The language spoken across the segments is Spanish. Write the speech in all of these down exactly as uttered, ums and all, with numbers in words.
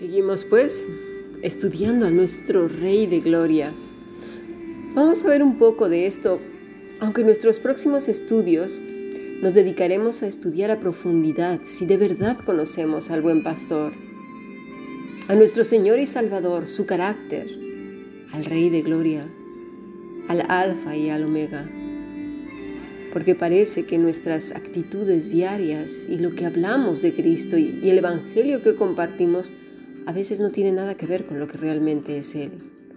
Seguimos pues estudiando a nuestro Rey de Gloria. Vamos a ver un poco de esto, aunque en nuestros próximos estudios nos dedicaremos a estudiar a profundidad si de verdad conocemos al buen pastor, a nuestro Señor y Salvador, su carácter, al Rey de Gloria, al Alfa y al Omega. Porque parece que nuestras actitudes diarias y lo que hablamos de Cristo y, y el Evangelio que compartimos a veces no tiene nada que ver con lo que realmente es Él.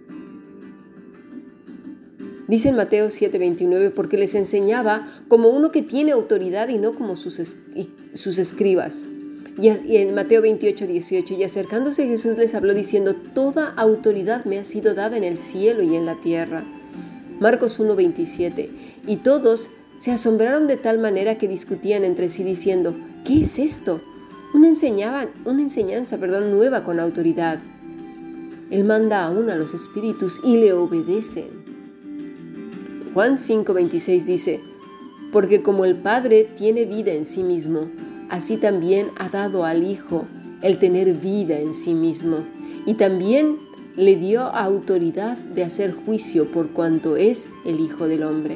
Dice en Mateo siete veintinueve, porque les enseñaba como uno que tiene autoridad y no como sus, es, sus escribas. Y, y en Mateo veintiocho dieciocho, y acercándose Jesús les habló diciendo, toda autoridad me ha sido dada en el cielo y en la tierra. Marcos uno veintisiete, y todos se asombraron de tal manera que discutían entre sí diciendo, ¿qué es esto? Una, enseñaba, una enseñanza perdón, nueva con autoridad. Él manda aún a los espíritus y le obedecen. Juan cinco veintiséis dice, porque como el Padre tiene vida en sí mismo, así también ha dado al Hijo el tener vida en sí mismo, y también le dio autoridad de hacer juicio por cuanto es el Hijo del Hombre.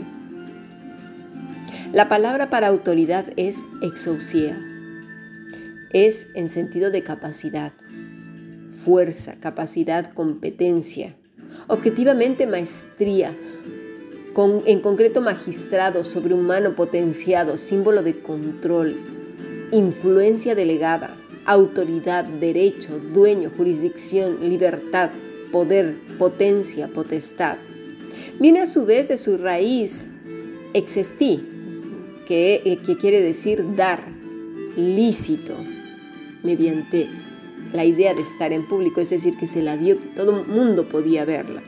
La palabra para autoridad es exousia. Es en sentido de capacidad, fuerza, capacidad, competencia. Objetivamente, maestría, con, en concreto magistrado, sobrehumano, potenciado, símbolo de control, influencia delegada, autoridad, derecho, dueño, jurisdicción, libertad, poder, potencia, potestad. Viene a su vez de su raíz, exestí, que, que quiere decir dar, lícito, mediante la idea de estar en público, es decir, que se la dio, que todo el mundo podía verla.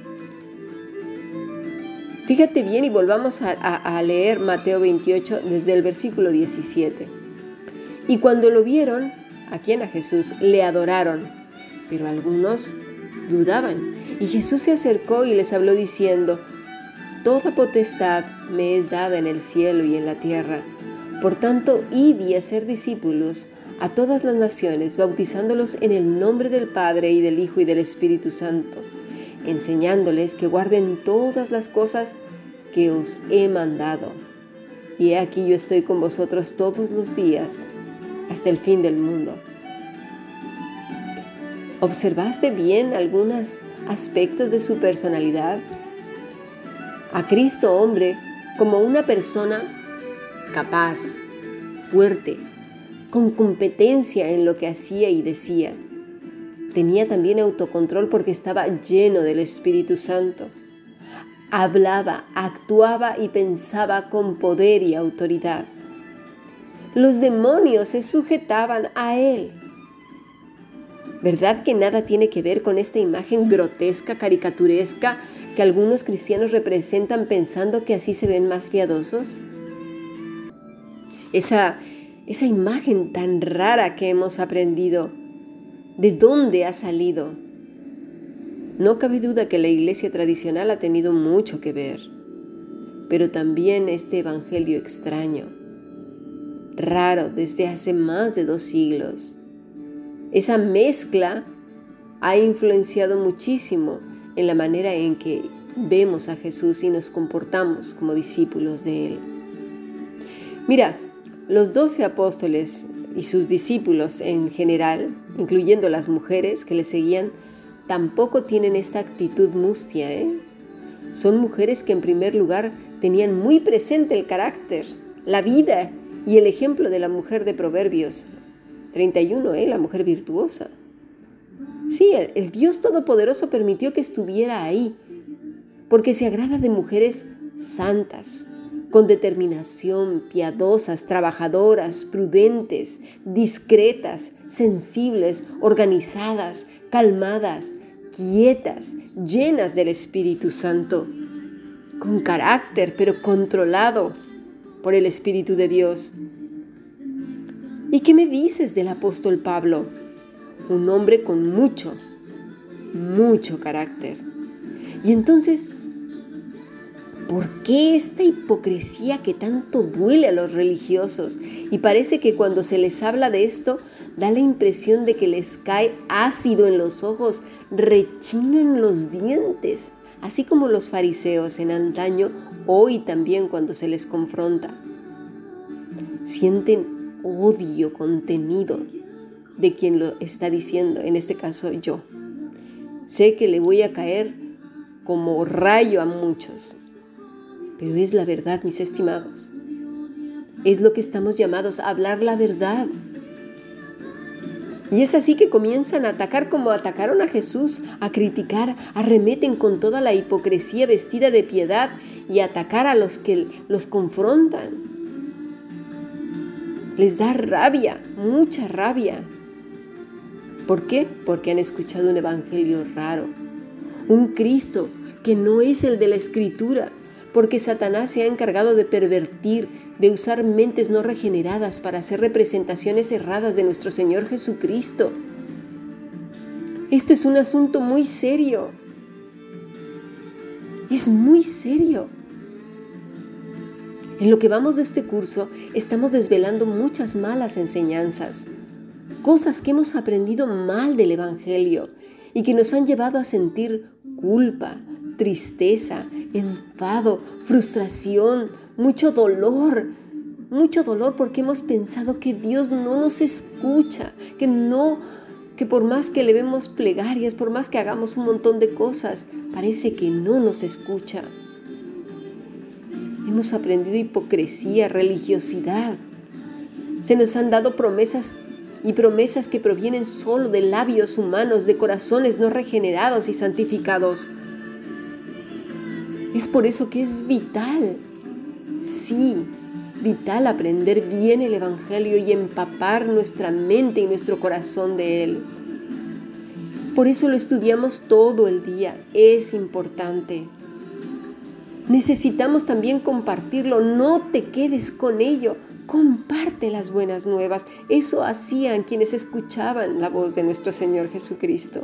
Fíjate bien y volvamos a, a, a leer Mateo veintiocho desde el versículo diecisiete. Y cuando lo vieron, ¿a quién? A Jesús, le adoraron, pero algunos dudaban. Y Jesús se acercó y les habló diciendo, toda potestad me es dada en el cielo y en la tierra. Por tanto, id y hacer discípulos a todas las naciones, bautizándolos en el nombre del Padre y del Hijo y del Espíritu Santo, enseñándoles que guarden todas las cosas que os he mandado. Y he aquí yo estoy con vosotros todos los días, hasta el fin del mundo. ¿Observaste bien algunos aspectos de su personalidad? A Cristo hombre como una persona capaz, fuerte, con competencia en lo que hacía y decía. Tenía también autocontrol porque estaba lleno del Espíritu Santo. Hablaba, actuaba y pensaba con poder y autoridad. Los demonios se sujetaban a él. ¿Verdad que nada tiene que ver con esta imagen grotesca, caricaturesca, que algunos cristianos representan pensando que así se ven más piadosos? Esa, esa imagen tan rara que hemos aprendido, ¿de dónde ha salido? No cabe duda que la iglesia tradicional ha tenido mucho que ver, pero también este evangelio extraño, raro desde hace más de dos siglos. Esa mezcla ha influenciado muchísimo en la manera en que vemos a Jesús y nos comportamos como discípulos de Él. Mira, los doce apóstoles y sus discípulos en general, incluyendo las mujeres que le seguían, tampoco tienen esta actitud mustia, ¿eh? Son mujeres que en primer lugar tenían muy presente el carácter, la vida y el ejemplo de la mujer de Proverbios treinta y uno, ¿eh? La mujer virtuosa. Sí, el, el Dios Todopoderoso permitió que estuviera ahí, porque se agrada de mujeres santas, con determinación, piadosas, trabajadoras, prudentes, discretas, sensibles, organizadas, calmadas, quietas, llenas del Espíritu Santo, con carácter, pero controlado por el Espíritu de Dios. ¿Y qué me dices del apóstol Pablo? Un hombre con mucho, mucho carácter. Y entonces, ¿por qué esta hipocresía que tanto duele a los religiosos? Y parece que cuando se les habla de esto, Da la impresión de que les cae ácido en los ojos, rechinan los dientes, así como los fariseos en antaño, hoy también cuando se les confronta. Sienten odio contenido de quien lo está diciendo, en este caso yo. Sé que le voy a caer como rayo a muchos, pero es la verdad, mis estimados. Es lo que estamos llamados a hablar la verdad. Y es así que comienzan a atacar como atacaron a Jesús, a criticar, arremeten con toda la hipocresía vestida de piedad y a atacar a los que los confrontan. Les da rabia, mucha rabia. ¿Por qué? Porque han escuchado un evangelio raro, un Cristo que no es el de la Escritura, porque Satanás se ha encargado de pervertir, de usar mentes no regeneradas para hacer representaciones erradas de nuestro Señor Jesucristo. Esto es un asunto muy serio. Es muy serio. En lo que vamos de este curso, estamos desvelando muchas malas enseñanzas, cosas que hemos aprendido mal del Evangelio y que nos han llevado a sentir culpa, tristeza, enfado, frustración, mucho dolor, mucho dolor porque hemos pensado que Dios no nos escucha, que no, que por más que le vemos plegarias, por más que hagamos un montón de cosas, parece que no nos escucha. Hemos aprendido hipocresía, religiosidad. Se nos han dado promesas y promesas que provienen solo de labios humanos, de corazones no regenerados y santificados. Es por eso que es vital, sí, vital aprender bien el Evangelio y empapar nuestra mente y nuestro corazón de él. Por eso lo estudiamos todo el día, es importante. Necesitamos también compartirlo, no te quedes con ello, comparte las buenas nuevas. Eso hacían quienes escuchaban la voz de nuestro Señor Jesucristo.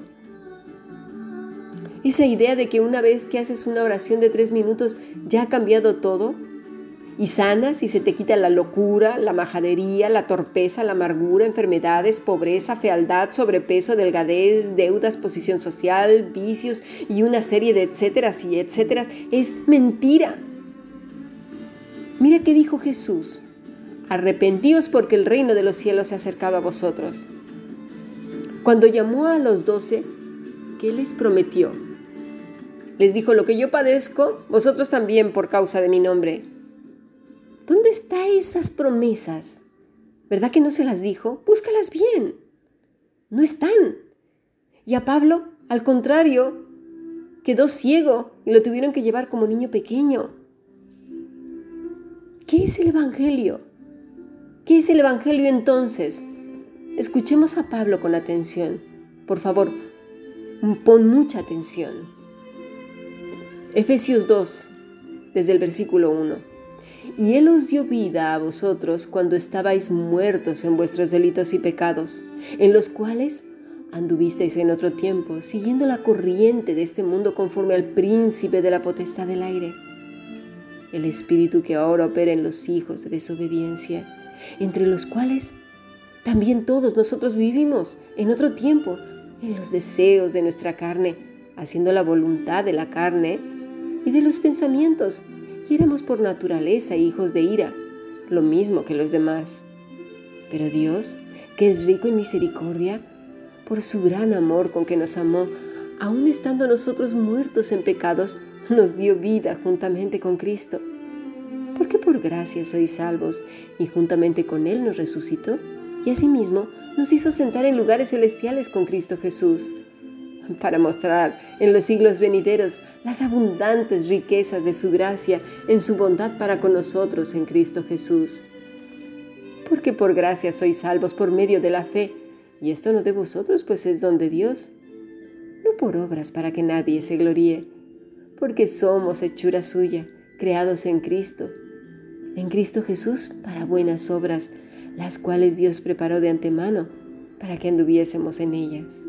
Esa idea de que una vez que haces una oración de tres minutos ya ha cambiado todo y sanas y se te quita la locura, la majadería, la torpeza, la amargura, enfermedades, pobreza, fealdad, sobrepeso, delgadez, deudas, posición social, vicios y una serie de etcéteras y etcéteras, es mentira. Mira qué dijo Jesús: arrepentíos porque el reino de los cielos se ha acercado a vosotros. Cuando llamó a los doce, ¿qué les prometió? Les dijo: lo que yo padezco, vosotros también por causa de mi nombre. ¿Dónde están esas promesas? ¿Verdad que no se las dijo? Búscalas bien. No están. Y a Pablo, al contrario, quedó ciego y lo tuvieron que llevar como niño pequeño. ¿Qué es el Evangelio? ¿Qué es el Evangelio entonces? Escuchemos a Pablo con atención. Por favor, pon mucha atención. Efesios dos, desde el versículo uno. Y Él os dio vida a vosotros cuando estabais muertos en vuestros delitos y pecados, en los cuales anduvisteis en otro tiempo, siguiendo la corriente de este mundo conforme al príncipe de la potestad del aire, el espíritu que ahora opera en los hijos de desobediencia, entre los cuales también todos nosotros vivimos en otro tiempo, en los deseos de nuestra carne, haciendo la voluntad de la carne y de los pensamientos, y éramos por naturaleza hijos de ira, lo mismo que los demás. Pero Dios, que es rico en misericordia, por su gran amor con que nos amó, aun estando nosotros muertos en pecados, nos dio vida juntamente con Cristo. Porque por gracia sois salvos, y juntamente con Él nos resucitó, y asimismo nos hizo sentar en lugares celestiales con Cristo Jesús, para mostrar en los siglos venideros las abundantes riquezas de su gracia en su bondad para con nosotros en Cristo Jesús. Porque por gracia sois salvos por medio de la fe, y esto no de vosotros, pues es don de Dios, no por obras para que nadie se gloríe, porque somos hechura suya, creados en Cristo, en Cristo Jesús para buenas obras, las cuales Dios preparó de antemano para que anduviésemos en ellas.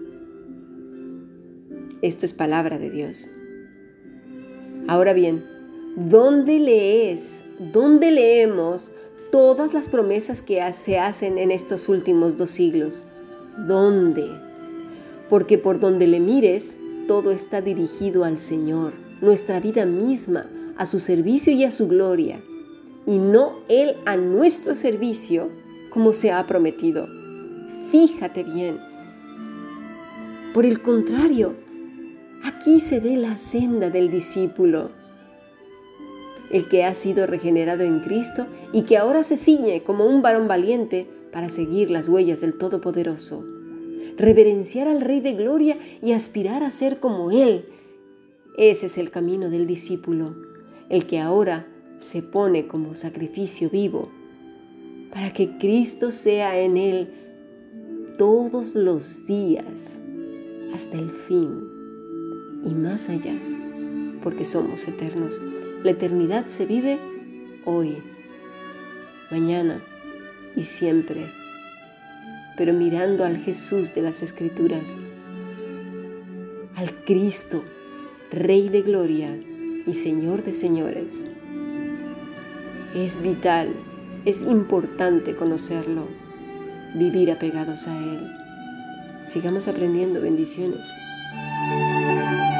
Esto es palabra de Dios. Ahora bien, ¿dónde lees, dónde leemos todas las promesas que se hacen en estos últimos dos siglos? ¿Dónde? Porque por donde le mires, todo está dirigido al Señor, nuestra vida misma, a su servicio y a su gloria, y no Él a nuestro servicio, como se ha prometido. Fíjate bien. Por el contrario, aquí se ve la senda del discípulo, el que ha sido regenerado en Cristo y que ahora se ciñe como un varón valiente para seguir las huellas del Todopoderoso, reverenciar al Rey de Gloria y aspirar a ser como Él. Ese es el camino del discípulo, el que ahora se pone como sacrificio vivo, para que Cristo sea en él todos los días, hasta el fin y más allá, porque somos eternos. La eternidad se vive hoy, mañana y siempre, pero mirando al Jesús de las Escrituras, al Cristo, Rey de Gloria y Señor de señores. Es vital, es importante conocerlo, vivir apegados a Él. Sigamos aprendiendo. Bendiciones.